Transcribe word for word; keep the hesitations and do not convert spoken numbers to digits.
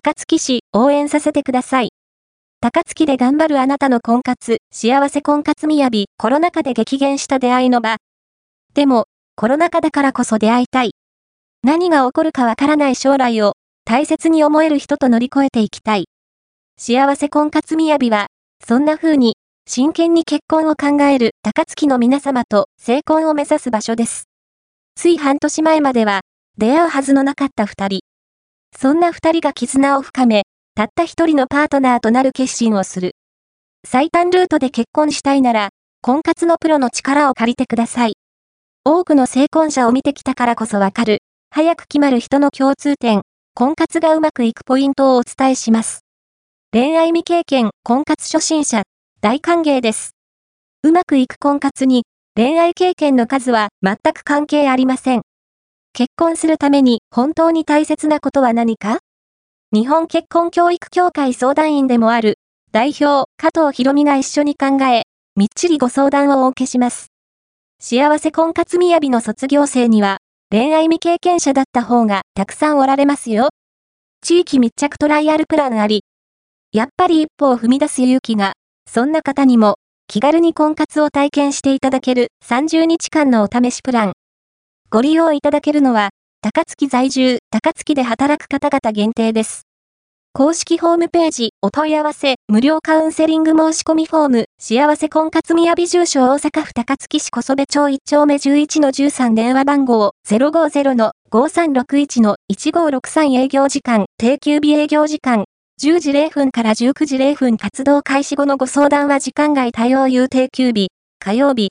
高槻市応援させてください。高槻で頑張るあなたの婚活、幸せ婚活みやび、コロナ禍で激減した出会いの場。でも、コロナ禍だからこそ出会いたい。何が起こるかわからない将来を大切に思える人と乗り越えていきたい。幸せ婚活みやびは、そんな風に真剣に結婚を考える高槻の皆様と成婚を目指す場所です。つい半年前までは出会うはずのなかった二人。そんな二人が絆を深め、たった一人のパートナーとなる決心をする。最短ルートで結婚したいなら、婚活のプロの力を借りてください。多くの成婚者を見てきたからこそわかる、早く決まる人の共通点、婚活がうまくいくポイントをお伝えします。恋愛未経験、婚活初心者、大歓迎です。うまくいく婚活に、恋愛経験の数は全く関係ありません。結婚するために本当に大切なことは何か？日本結婚教育協会相談員でもある、代表、加藤博美が一緒に考え、みっちりご相談をお受けします。幸せ婚活みやびの卒業生には、恋愛未経験者だった方がたくさんおられますよ。地域密着トライアルプランあり。やっぱり一歩を踏み出す勇気が、そんな方にも、気軽に婚活を体験していただけるさんじゅうにちかんのお試しプラン。ご利用いただけるのは、高槻在住、高槻で働く方々限定です。公式ホームページ、お問い合わせ、無料カウンセリング申し込みフォーム、幸せ婚活みやび住所大阪府高槻市小曽部町いち丁目じゅういちのじゅうさん電話番号 ゼロごゼロのごさんろくいちのいちごろくさん営業時間、定休日営業時間、じゅうじれいふんからじゅうくじれいふん活動開始後のご相談は時間外対応有定休日、火曜日、